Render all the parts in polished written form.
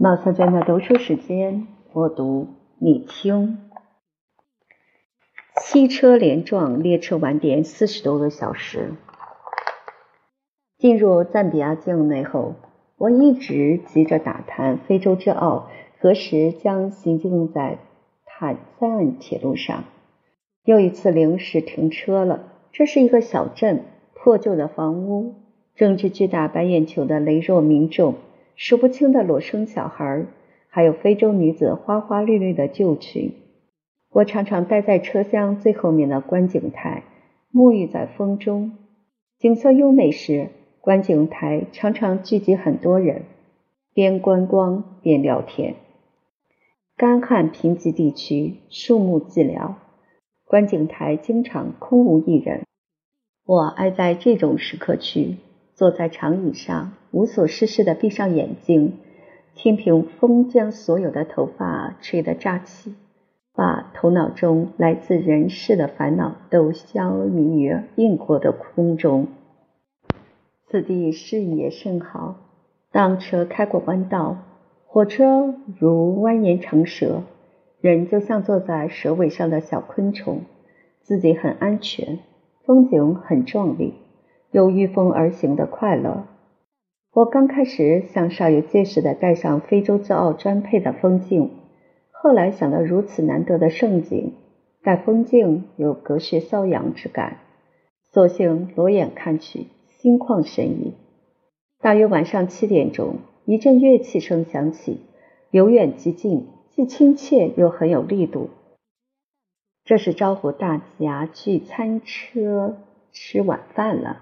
毛小娟的读书时间，我读你听。汽车连撞，列车晚点40多个小时。进入赞比亚境内后，我一直急着打探非洲之奥何时将行经在坦赞铁路上。又一次临时停车了，这是一个小镇，破旧的房屋，正值巨大白眼球的羸弱民众，数不清的裸生小孩，还有非洲女子花花绿绿的旧裙。我常常待在车厢最后面的观景台，沐浴在风中。景色优美时，观景台常常聚集很多人，边观光边聊天。干旱贫瘠地区，树木寂寥，观景台经常空无一人。我爱在这种时刻去，坐在长椅上，无所事事地闭上眼睛，听凭风将所有的头发吹得扎起，把头脑中来自人世的烦恼都消弭于硬阔的空中。此地视野甚好，当车开过弯道，火车如蜿蜒长蛇，人就像坐在蛇尾上的小昆虫，自己很安全，风景很壮丽，有御风而行的快乐。我刚开始想煞有介事地带上非洲之奥专配的风镜，后来想到如此难得的盛景，带风镜有隔靴搔痒之感，索性裸眼看去，心旷神怡。大约晚上7点钟，一阵乐器声响起，由远及近，既亲切又很有力度。这是招呼大家聚餐车吃晚饭了。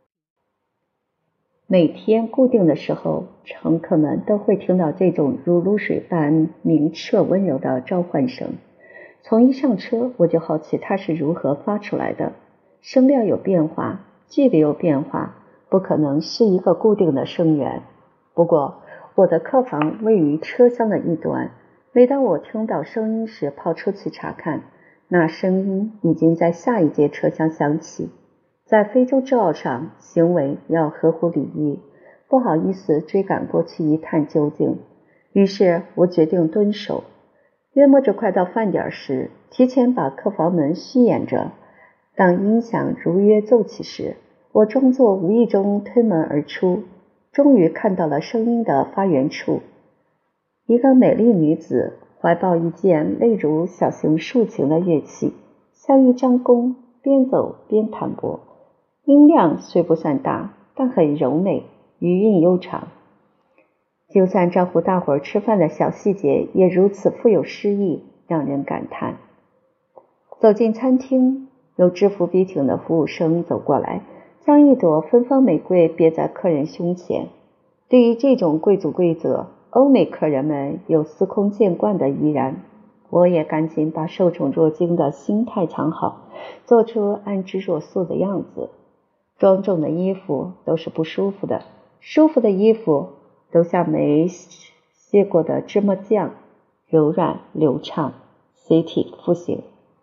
每天固定的时候，乘客们都会听到这种如露水般明澈温柔的召唤声。从一上车，我就好奇它是如何发出来的。声调有变化，距离有变化，不可能是一个固定的声源。不过，我的客房位于车厢的一端，每当我听到声音时跑出去查看，那声音已经在下一节车厢响起。在非洲之奥上，行为要合乎礼仪，不好意思追赶过去一探究竟，于是我决定蹲守。约摸着快到饭点时，提前把客房门虚掩着。当音响如约奏起时，我装作无意中推门而出，终于看到了声音的发源处。一个美丽女子怀抱一件类如小型竖琴的乐器，像一张弓，边走边弹拨。音量虽不算大，但很柔美，余韵悠长。就算招呼大伙儿吃饭的小细节也如此富有诗意，让人感叹。走进餐厅，有制服笔挺的服务生走过来，将一朵芬芳玫瑰别在客人胸前。对于这种贵族规则，欧美客人们有司空见惯的怡然。我也赶紧把受宠若惊的心态藏好，做出安之若素的样子。庄重的衣服都是不舒服的，舒服的衣服都像没卸过的芝麻酱，柔软流畅，随体复形。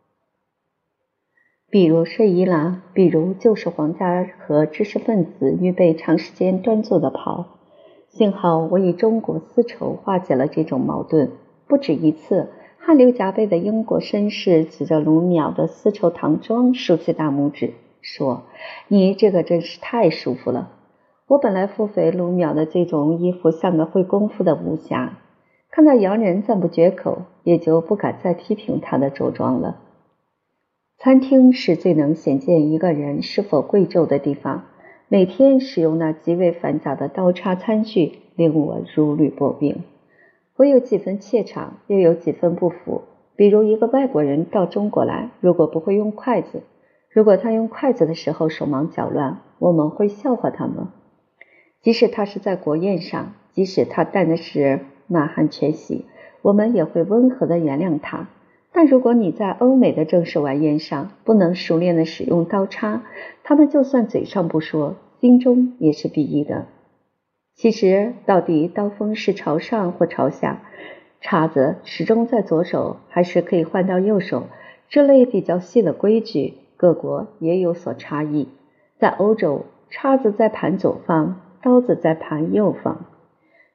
比如睡衣啦，比如就是皇家和知识分子预备长时间端坐的袍。幸好我以中国丝绸化解了这种矛盾，不止一次，汗流浃背的英国绅士指着卢米奥的丝绸唐装竖起大拇指，说：“你这个真是太舒服了。”我本来腹诽卢米奥的这种衣服像个会功夫的武侠，看到洋人赞不绝口，也就不敢再批评他的着装了。餐厅是最能显见一个人是否贵胄的地方，每天使用那极为繁杂的刀叉餐具令我如履薄冰。我有几分怯场，又有几分不服。比如一个外国人到中国来，如果不会用筷子，如果他用筷子的时候手忙脚乱，我们会笑话他吗？即使他是在国宴上，即使他担的是满汉全席，我们也会温和地原谅他。但如果你在欧美的正式晚宴上不能熟练地使用刀叉，他们就算嘴上不说，心中也是鄙夷的。其实到底刀锋是朝上或朝下，叉子始终在左手还是可以换到右手，这类比较细的规矩各国也有所差异。在欧洲，叉子在盘左方，刀子在盘右方。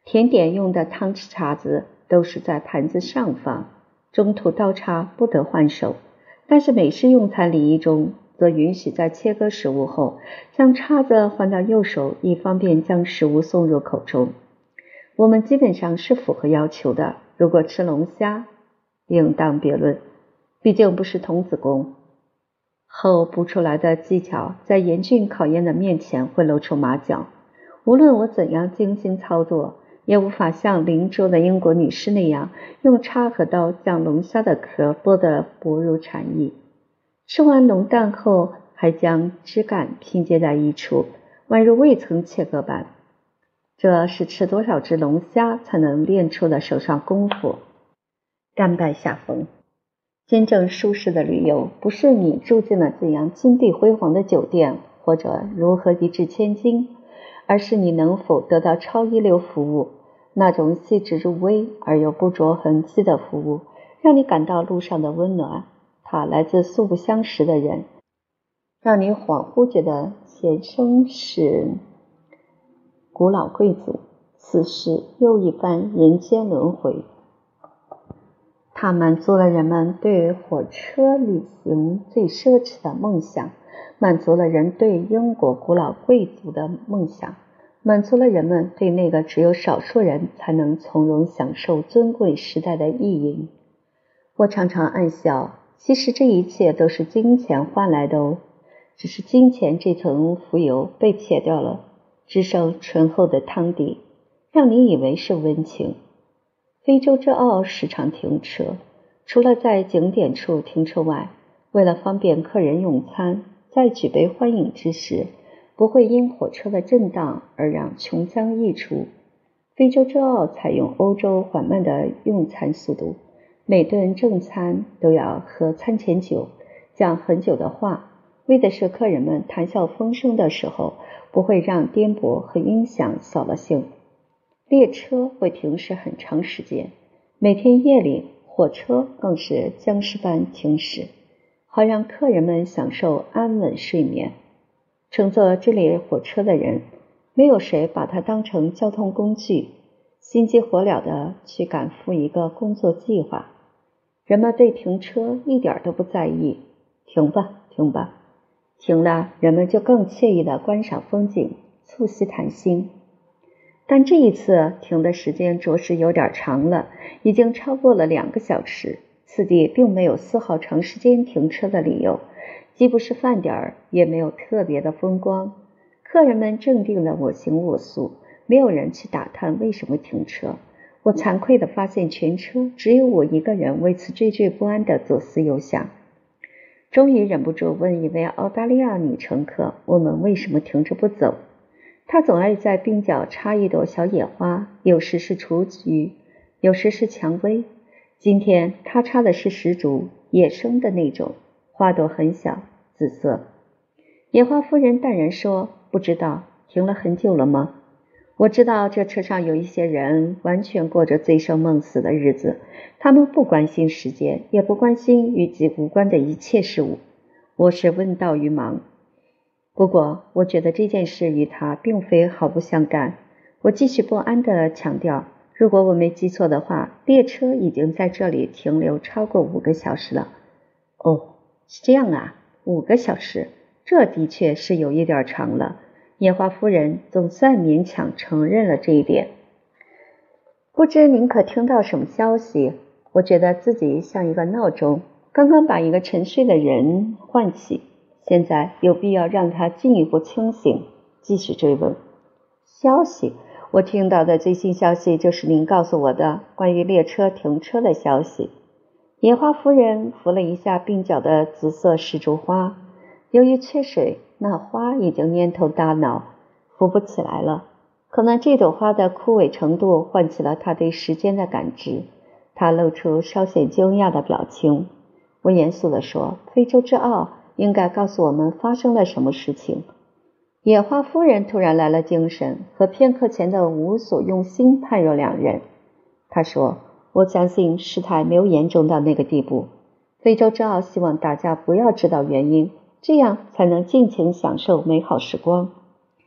甜点用的汤匙叉子都是在盘子上方，中途刀叉不得换手，但是美式用餐礼仪中则允许在切割食物后将叉子换到右手，以方便将食物送入口中。我们基本上是符合要求的，如果吃龙虾另当别论，毕竟不是童子功，后补出来的技巧在严峻考验的面前会露出马脚。无论我怎样精心操作，也无法像邻桌的英国女士那样用叉和刀将龙虾的壳剥得薄如蝉翼。吃完龙蛋后，还将枝干拼接在一处，宛如未曾切割般。这是吃多少只龙虾才能练出的手上功夫。甘拜下风。真正舒适的旅游，不是你住进了怎样金碧辉煌的酒店，或者如何一掷千金，而是你能否得到超一流服务，那种细致入微而又不着痕迹的服务，让你感到路上的温暖，它来自素不相识的人，让你恍惚觉得前生是古老贵族，此时又一番人间轮回。它满足了人们对火车旅行最奢侈的梦想，满足了人对英国古老贵族的梦想，满足了人们对那个只有少数人才能从容享受尊贵时代的意淫。我常常暗笑，其实这一切都是金钱换来的哦，只是金钱这层浮油被撇掉了，只剩醇厚的汤底，让你以为是温情。非洲之奥时常停车，除了在景点处停车外，为了方便客人用餐，在举杯欢饮之时，不会因火车的震荡而让琼浆溢出。非洲之奥采用欧洲缓慢的用餐速度，每顿正餐都要喝餐前酒，讲很久的话，为的是客人们谈笑风生的时候，不会让颠簸和音响扫了兴。列车会停驶很长时间，每天夜里火车更是僵尸般停驶，好让客人们享受安稳睡眠。乘坐这类火车的人，没有谁把它当成交通工具，心急火燎地去赶赴一个工作计划。人们对停车一点都不在意，停吧停吧，停了人们就更惬意地观赏风景，促膝谈心。但这一次停的时间着实有点长了，已经超过了2个小时。此地并没有丝毫长时间停车的理由，既不是饭点，也没有特别的风光。客人们镇定的我行我素，没有人去打探为什么停车。我惭愧地发现全车只有我一个人为此惴惴不安地左思右想。终于忍不住问一位澳大利亚女乘客，我们为什么停着不走。他总爱在鬓角插一朵小野花，有时是雏菊，有时是蔷薇。今天他插的是石竹，野生的那种，花朵很小，紫色。野花夫人淡然说，不知道，停了很久了吗？我知道这车上有一些人完全过着醉生梦死的日子，他们不关心时间，也不关心与己无关的一切事物。我是问道于盲。不过我觉得这件事与他并非毫不相干。我继续不安地强调，如果我没记错的话，列车已经在这里停留超过5个小时了。哦，是这样啊，5个小时，这的确是有一点长了。野花夫人总算勉强承认了这一点。不知您可听到什么消息？我觉得自己像一个闹钟，刚刚把一个沉睡的人唤起，现在有必要让他进一步清醒。继续追问。消息？我听到的最新消息就是您告诉我的关于列车停车的消息。野花夫人扶了一下鬓角的紫色石竹花，由于缺水，那花已经蔫头耷脑，扶不起来了。可能这朵花的枯萎程度唤起了他对时间的感知，他露出稍显惊讶的表情。我严肃地说，非洲之奥应该告诉我们发生了什么事情。野花夫人突然来了精神，和片刻前的无所用心判若两人。她说，我相信事态没有严重到那个地步。非洲之奥希望大家不要知道原因，这样才能尽情享受美好时光。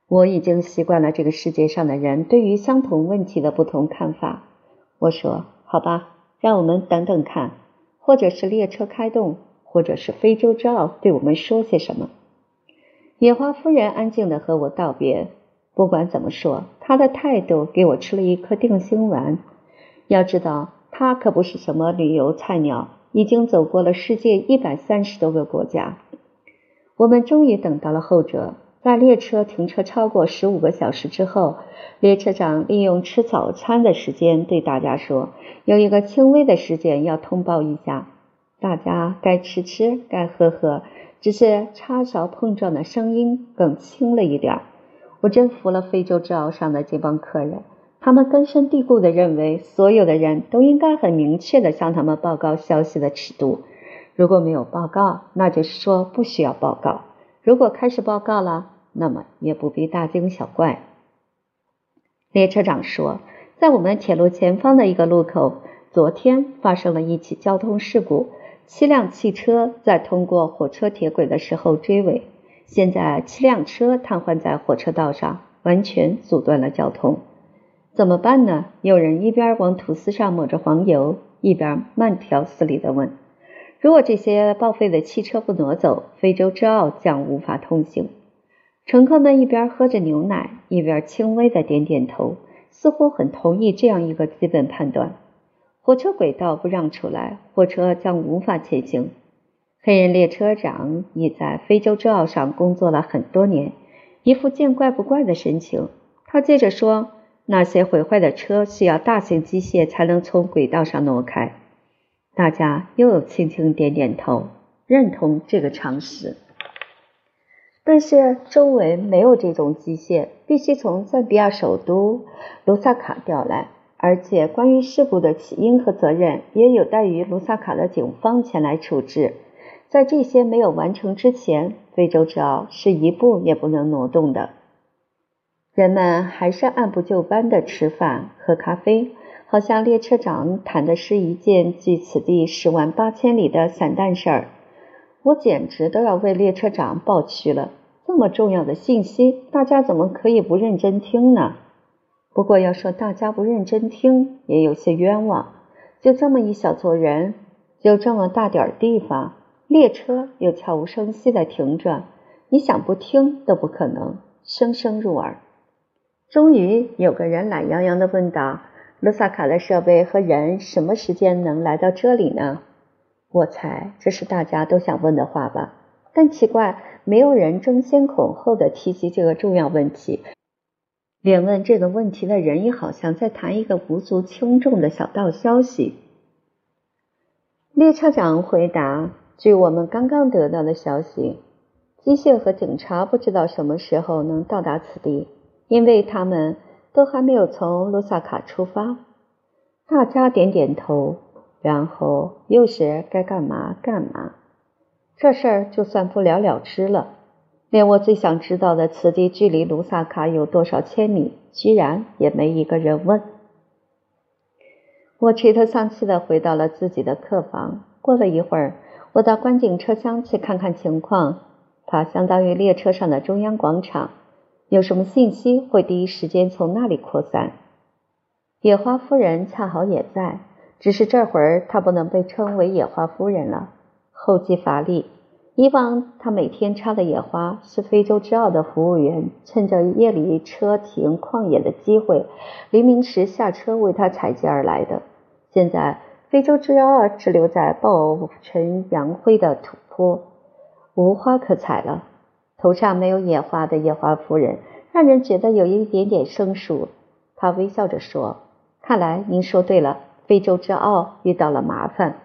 我已经习惯了这个世界上的人对于相同问题的不同看法。我说，好吧，让我们等等看，或者是列车开动，或者是非洲之奥对我们说些什么。野花夫人安静地和我道别，不管怎么说，她的态度给我吃了一颗定心丸。要知道，她可不是什么旅游菜鸟，已经走过了世界130多个国家。我们终于等到了后者。在列车停车超过15个小时之后，列车长利用吃早餐的时间对大家说，有一个轻微的事件要通报一下，大家该吃吃，该喝喝，只是叉勺碰撞的声音更轻了一点。我真服了非洲之奥上的这帮客人，他们根深蒂固地认为所有的人都应该很明确地向他们报告消息的尺度，如果没有报告，那就是说不需要报告，如果开始报告了，那么也不必大惊小怪。列车长说，在我们铁路前方的一个路口，昨天发生了一起交通事故，7辆汽车在通过火车铁轨的时候追尾，现在7辆车瘫痪在火车道上，完全阻断了交通。怎么办呢？有人一边往吐司上抹着黄油，一边慢条斯理地问，如果这些报废的汽车不挪走，非洲之奥将无法通行。乘客们一边喝着牛奶，一边轻微地点点头，似乎很同意这样一个基本判断。火车轨道不让出来，火车将无法前行。黑人列车长已在非洲之奥上工作了很多年，一副见怪不怪的神情。他接着说，那些毁坏的车需要大型机械才能从轨道上挪开。大家又轻轻点点头，认同这个常识。但是周围没有这种机械，必须从赞比亚首都卢萨卡调来，而且关于事故的起因和责任也有待于卢萨卡的警方前来处置。在这些没有完成之前，非洲之奥是一步也不能挪动的。人们还是按部就班地吃饭喝咖啡，好像列车长谈的是一件距此地108000里的散淡事儿。我简直都要为列车长抱屈了，这么重要的信息，大家怎么可以不认真听呢？不过要说大家不认真听，也有些冤枉。就这么一小撮人，就这么大点地方，列车又悄无声息地停着，你想不听都不可能，声声入耳。终于有个人懒洋洋地问道，卢萨卡的设备和人什么时间能来到这里呢？我猜这是大家都想问的话吧，但奇怪，没有人争先恐后地提及这个重要问题，连问这个问题的人也好像在谈一个无足轻重的小道消息。列车长回答，据我们刚刚得到的消息，机械和警察不知道什么时候能到达此地，因为他们都还没有从卢萨卡出发。大家点点头，然后又是该干嘛干嘛，这事儿就算不了了之了。连我最想知道的此地距离卢萨卡有多少千米，居然也没一个人问。我垂头丧气地回到了自己的客房。过了一会儿，我到观景车厢去看看情况，它相当于列车上的中央广场，有什么信息会第一时间从那里扩散。野花夫人恰好也在，只是这会儿她不能被称为野花夫人了，后继乏力。以往她每天插的野花是非洲之奥的服务员趁着夜里车停旷野的机会，黎明时下车为她采集而来的。现在非洲之奥只留在暴尘扬灰的土坡，无花可采了。头上没有野花的野花夫人让人觉得有一点点生疏。她微笑着说，看来您说对了，非洲之奥遇到了麻烦。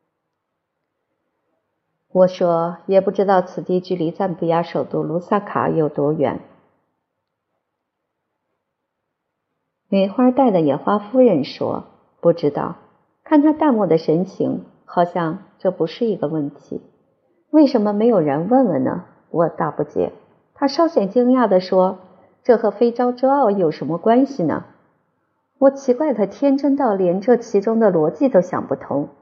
我说，也不知道此地距离赞比亚首都卢萨卡有多远。梅花带的野花夫人说，不知道，看她淡漠的神情，好像这不是一个问题。为什么没有人问问呢？我大不解。她稍显惊讶地说，这和非洲之奥有什么关系呢？我奇怪她天真到连这其中的逻辑都想不通。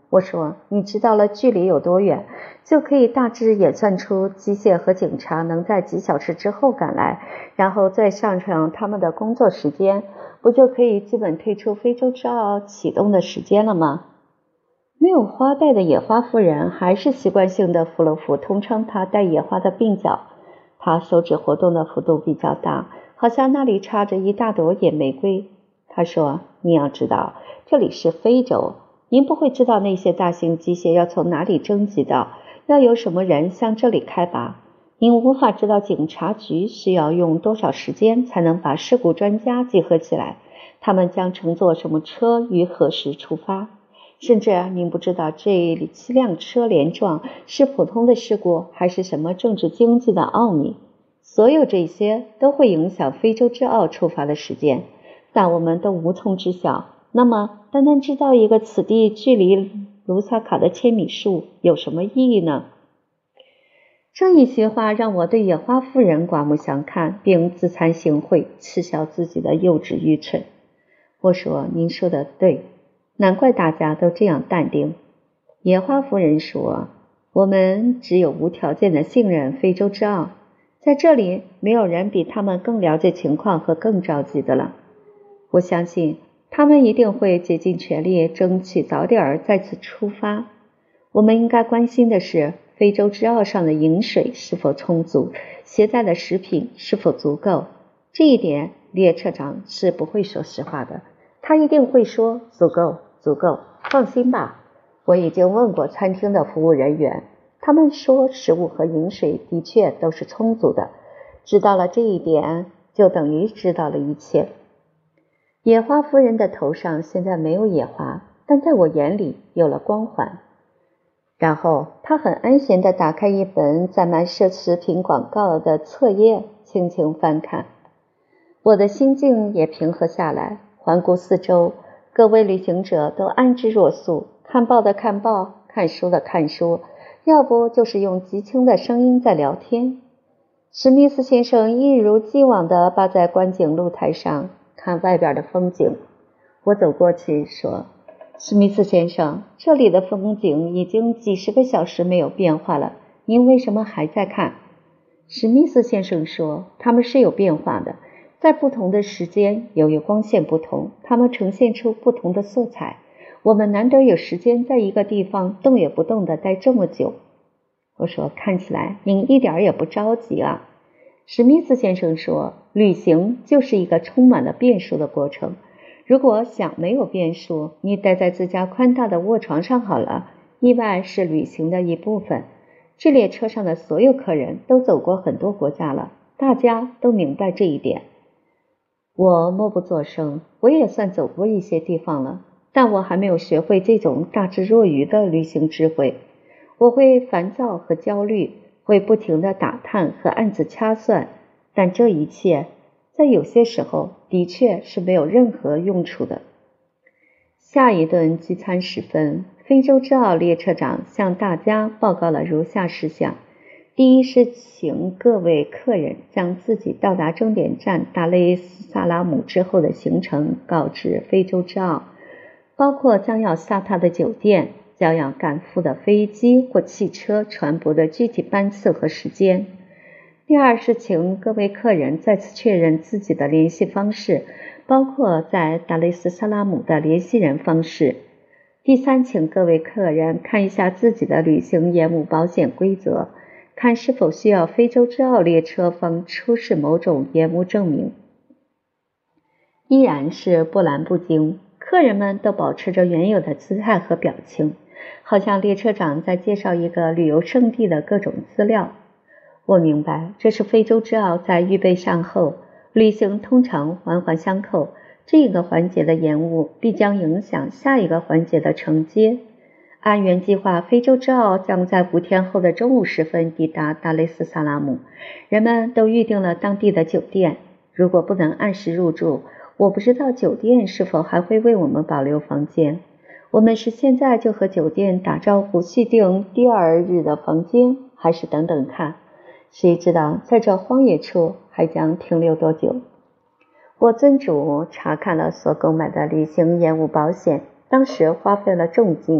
我说，你知道了距离有多远，就可以大致演算出机械和警察能在几小时之后赶来，然后再算上他们的工作时间，不就可以基本推出非洲之奥启动的时间了吗？没有花带的野花夫人还是习惯性的扶了扶通称她带野花的鬓角，她手指活动的幅度比较大，好像那里插着一大朵野玫瑰。她说，你要知道，这里是非洲，您不会知道那些大型机械要从哪里征集到，要有什么人向这里开拔，您无法知道警察局需要用多少时间才能把事故专家集合起来，他们将乘坐什么车于何时出发，甚至您不知道这7辆车连撞是普通的事故还是什么政治经济的奥秘。所有这些都会影响非洲之奥出发的时间，但我们都无从知晓。那么单单知道一个此地距离卢萨卡的千米数有什么意义呢？这一席话让我对野花夫人刮目相看，并自惭形秽，嗤笑自己的幼稚愚蠢。我说，您说的对，难怪大家都这样淡定。野花夫人说，我们只有无条件的信任非洲之奥，在这里没有人比他们更了解情况和更着急的了。我相信他们一定会竭尽全力争取早点再次出发。我们应该关心的是非洲之奥上的饮水是否充足，携带的食品是否足够。这一点列车长是不会说实话的，他一定会说足够，足够，放心吧。我已经问过餐厅的服务人员，他们说食物和饮水的确都是充足的。知道了这一点，就等于知道了一切。野花夫人的头上现在没有野花，但在我眼里有了光环。然后她很安闲地打开一本载满奢侈品广告的册页，轻轻翻看。我的心境也平和下来，环顾四周，各位旅行者都安之若素，看报的看报，看书的看书，要不就是用极轻的声音在聊天。史密斯先生一如既往地扒在观景露台上看外边的风景。我走过去说，史密斯先生，这里的风景已经几10个小时没有变化了，您为什么还在看？史密斯先生说，它们是有变化的，在不同的时间，由于光线不同，它们呈现出不同的色彩。我们难得有时间在一个地方动也不动地待这么久。我说，看起来您一点也不着急啊。史密斯先生说，旅行就是一个充满了变数的过程。如果想没有变数，你待在自家宽大的卧床上好了。意外是旅行的一部分。这列车上的所有客人都走过很多国家了，大家都明白这一点。我默不作声，我也算走过一些地方了，但我还没有学会这种大智若愚的旅行智慧。我会烦躁和焦虑，会不停地打探和暗自掐算，但这一切在有些时候的确是没有任何用处的。下一顿聚餐时分，非洲之奥列车长向大家报告了如下事项。第一是请各位客人将自己到达终点站达雷斯萨拉姆之后的行程告知非洲之奥，包括将要下榻的酒店、将要赶赴的飞机或汽车、船舶的具体班次和时间。第二是请各位客人再次确认自己的联系方式，包括在达雷斯萨拉姆的联系人方式。第三，请各位客人看一下自己的旅行延误保险规则，看是否需要非洲之奥列车方出示某种延误证明。依然是波澜不惊，客人们都保持着原有的姿态和表情，好像列车长在介绍一个旅游胜地的各种资料。我明白，这是非洲之奥在预备善后，旅行通常环环相扣，这一个环节的延误必将影响下一个环节的承接。按原计划，非洲之奥将在5天后的中午时分抵达达雷斯萨拉姆，人们都预定了当地的酒店。如果不能按时入住，我不知道酒店是否还会为我们保留房间。我们是现在就和酒店打招呼续订第2日的房间，还是等等看？谁知道在这荒野处还将停留多久？我遵嘱查看了所购买的旅行延误保险，当时花费了重金，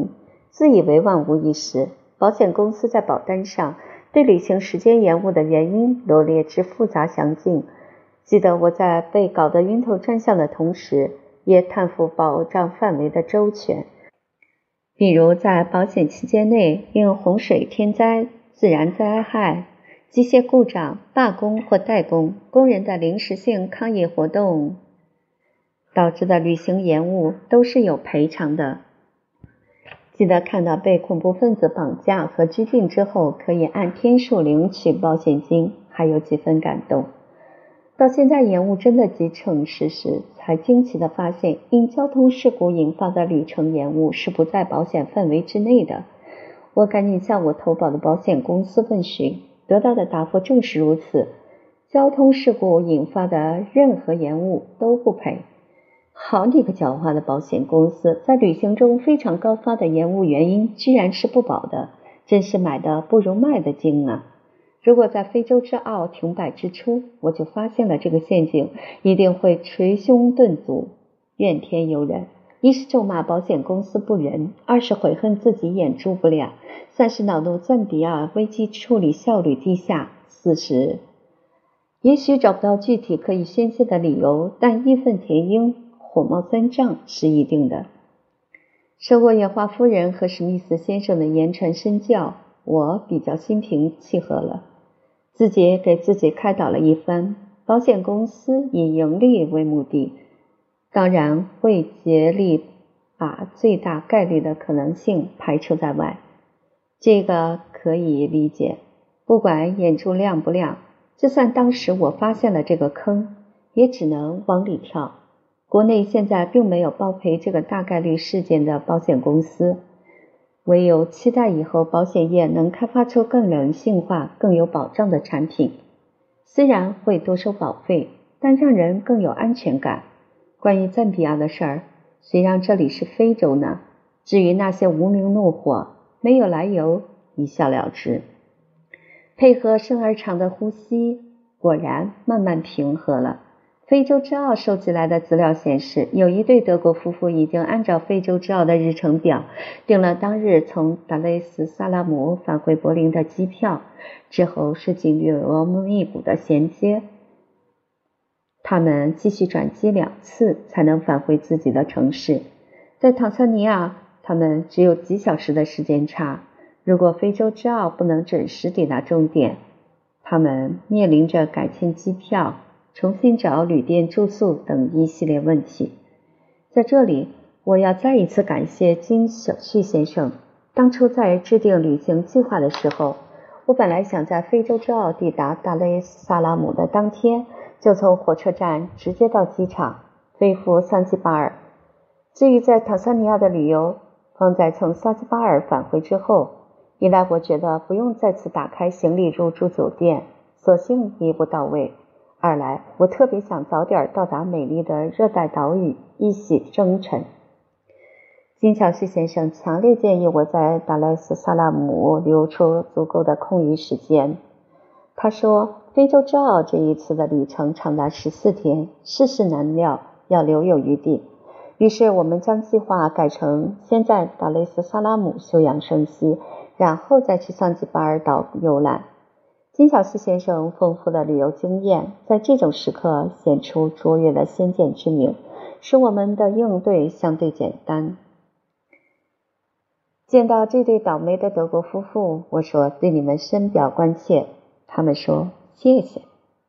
自以为万无一失。保险公司在保单上对履行时间延误的原因罗列之复杂详尽。记得我在被搞得晕头转向的同时，也探伏保障范围的周全。比如在保险期间内，因洪水、天灾、自然灾害、机械故障、罢工或代工、工人的临时性抗议活动导致的履行延误都是有赔偿的。记得看到被恐怖分子绑架和拘禁之后可以按天数领取保险金，还有几分感动。到现在延误真的急成实时，才惊奇地发现因交通事故引发的旅程延误是不在保险范围之内的。我赶紧向我投保的保险公司问询，得到的答复正是如此，交通事故引发的任何延误都不赔。好你个狡猾的保险公司，在旅行中非常高发的延误原因居然是不保的，真是买的不如卖的精啊！如果在非洲之奥停摆之初，我就发现了这个陷阱，一定会捶胸顿足，怨天尤人。一是咒骂保险公司不仁，二是悔恨自己眼珠不亮，三是恼怒赞比亚危机处理效率低下，四是也许找不到具体可以宣泄的理由，但义愤填膺、火冒三丈是一定的。受过野花夫人和史密斯先生的言传身教，我比较心平气和了，自己给自己开导了一番。保险公司以盈利为目的，当然会竭力把最大概率的可能性排除在外，这个可以理解。不管眼珠亮不亮，就算当时我发现了这个坑，也只能往里跳。国内现在并没有包赔这个大概率事件的保险公司，唯有期待以后保险业能开发出更人性化、更有保障的产品，虽然会多收保费，但让人更有安全感。关于赞比亚的事儿，谁让这里是非洲呢？至于那些无名怒火，没有来由，一笑了之。配合深而长的呼吸，果然慢慢平和了。非洲之奥收集来的资料显示，有一对德国夫妇已经按照非洲之奥的日程表订了当日从达雷斯萨拉姆返回柏林的机票，之后是经略罗姆密谷的衔接，他们继续转机2次才能返回自己的城市。在坦桑尼亚，他们只有几小时的时间差。如果非洲之奥不能准时抵达终点，他们面临着改签机票、重新找旅店住宿等一系列问题。在这里，我要再一次感谢金小旭先生。当初在制定旅行计划的时候，我本来想在非洲之奥抵达达雷斯萨拉姆的当天，就从火车站直接到机场，飞赴桑基巴尔。至于在坦桑尼亚的旅游，放在从桑基巴尔返回之后，一来我觉得不用再次打开行李入住酒店，索性一步到位；二来我特别想早点到达美丽的热带岛屿，一洗征尘。金小旭先生强烈建议我在达莱斯萨拉姆留出足够的空余时间。他说，非洲之奥这一次的旅程长达14天，世事难料，要留有余地。于是我们将计划改成先在达雷斯萨拉姆休养生息，然后再去桑吉巴尔岛游览。金小旭先生丰富的旅游经验，在这种时刻显出卓越的先见之明，使我们的应对相对简单。见到这对倒霉的德国夫妇，我说对你们深表关切。他们说谢谢。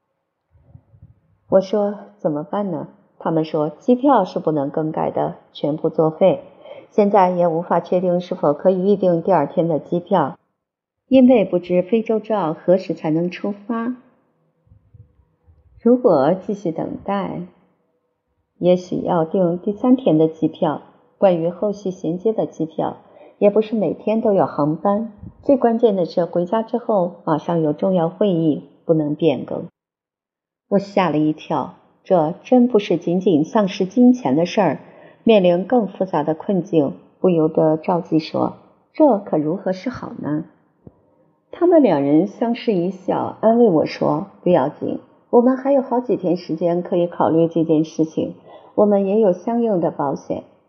我说怎么办呢？他们说机票是不能更改的，全部作废。现在也无法确定是否可以预定第2天的机票，因为不知非洲之奥何时才能出发。如果继续等待，也许要订第3天的机票。关于后续衔接的机票，也不是每天都有航班，最关键的是回家之后马上有重要会议，不能变更。我吓了一跳，这真不是仅仅丧失金钱的事儿，面临更复杂的困境，不由得着急说，这可如何是好呢？他们2人相视一笑，安慰我说，不要紧，我们还有好几天时间可以考虑这件事情，我们也有相应的保险。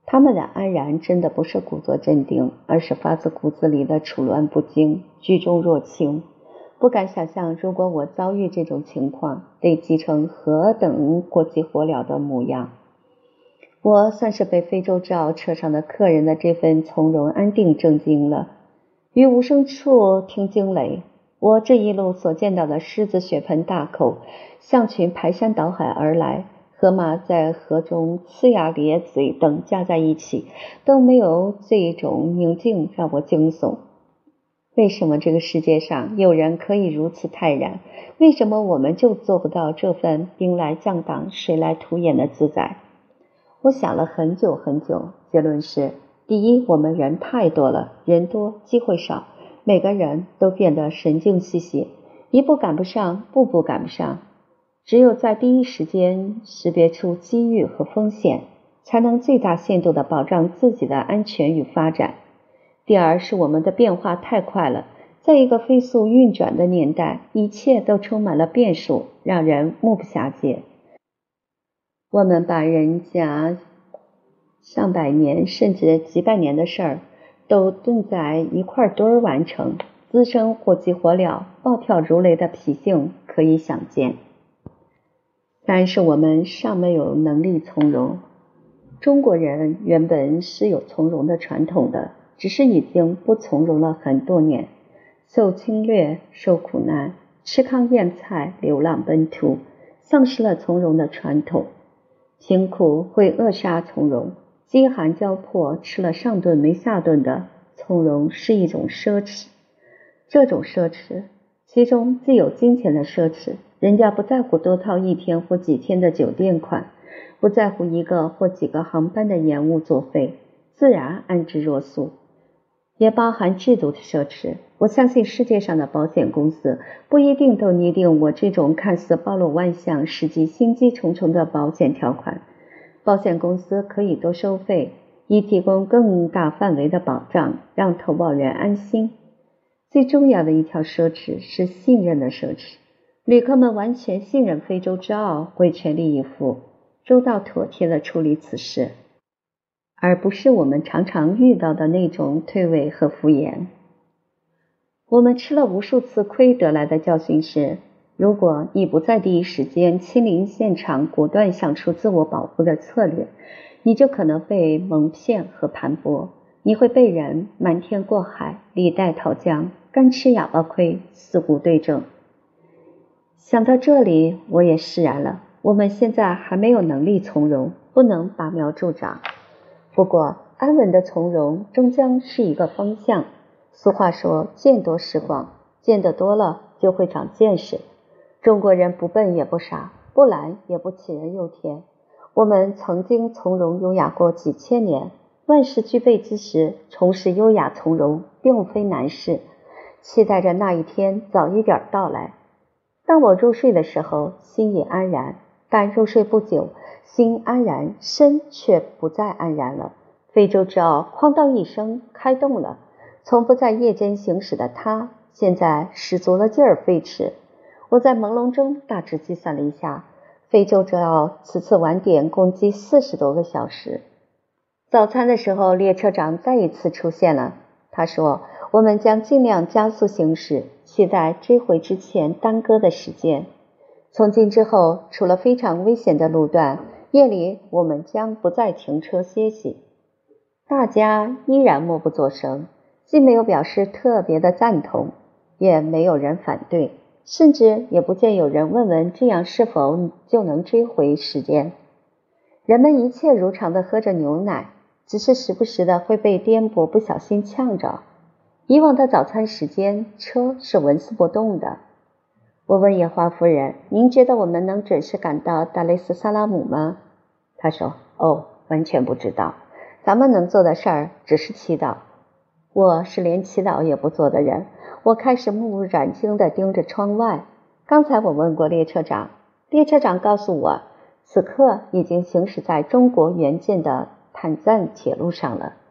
他们的安然真的不是故作镇定，而是发自骨子里的处乱不惊，居重若轻。不敢想象，如果我遭遇这种情况，得积成何等过激火燎的模样。我算是被非洲之傲车上的客人的这份从容安定震惊了。于无声处听惊雷，我这一路所见到的狮子血盆大口，象群排山倒海而来，河马在河中呲牙咧嘴等加在一起，都没有这种宁静让我惊悚。为什么这个世界上有人可以如此泰然？为什么我们就做不到这份兵来将挡，水来土掩的自在？我想了很久很久，结论是：第一，我们人太多了，人多机会少，每个人都变得神经兮兮，一步赶不上，步步赶不上。只有在第一时间识别出机遇和风险，才能最大限度地保障自己的安全与发展。第二是我们的变化太快了，在一个飞速运转的年代，一切都充满了变数，让人目不暇接。我们把人家上百年甚至几百年的事儿都炖在一块堆完成，滋生火急火燎、暴跳如雷的脾性可以想见。但是我们尚没有能力从容。中国人原本是有从容的传统的，只是已经不从容了很多年，受侵略、受苦难、吃糠咽菜、流浪奔突，丧失了从容的传统。贫苦会扼杀从容，饥寒交迫，吃了上顿没下顿的从容是一种奢侈。这种奢侈，其中既有金钱的奢侈，人家不在乎多掏一天或几天的酒店款，不在乎一个或几个航班的延误作废，自然安之若素。也包含制度的奢侈。我相信世界上的保险公司不一定都拟定我这种看似包罗万象，实际心机重重的保险条款。保险公司可以多收费，以提供更大范围的保障，让投保人安心。最重要的一条奢侈是信任的奢侈。旅客们完全信任非洲之傲会全力以赴，周到妥帖地处理此事，而不是我们常常遇到的那种推诿和敷衍。我们吃了无数次亏得来的教训是，如果你不在第一时间亲临现场，果断想出自我保护的策略，你就可能被蒙骗和盘剥，你会被人瞒天过海，李代桃僵，干吃哑巴亏，四顾对症。想到这里，我也释然了。我们现在还没有能力从容，不能拔苗助长。不过安稳的从容终将是一个方向。俗话说，见多识广，见得多了就会长见识。中国人不笨也不傻，不懒也不杞人忧天。我们曾经从容优雅过几千年，万事俱备之时，重拾优雅从容并非难事，期待着那一天早一点到来。当我入睡的时候，心也安然，但入睡不久，心安然，身却不再安然了。非洲之傲哐当一声开动了，从不在夜间行驶的它，现在使足了劲儿飞驰。我在朦胧中大致计算了一下，非洲之傲此次晚点共计40多个小时。早餐的时候，列车长再一次出现了。他说，我们将尽量加速行驶，期待追回之前耽搁的时间。从今之后，除了非常危险的路段，夜里我们将不再停车歇息。大家依然默不作声，既没有表示特别的赞同，也没有人反对，甚至也不见有人问问这样是否就能追回时间。人们一切如常地喝着牛奶，只是时不时的会被颠簸不小心呛着。以往的早餐时间，车是纹丝不动的。我问野花夫人，您觉得我们能准时赶到达雷斯萨拉姆吗？她说，完全不知道，咱们能做的事儿只是祈祷。我是连祈祷也不做的人，我开始目不转睛地盯着窗外。刚才我问过列车长，列车长告诉我，此刻已经行驶在中国援建的坦赞铁路上了。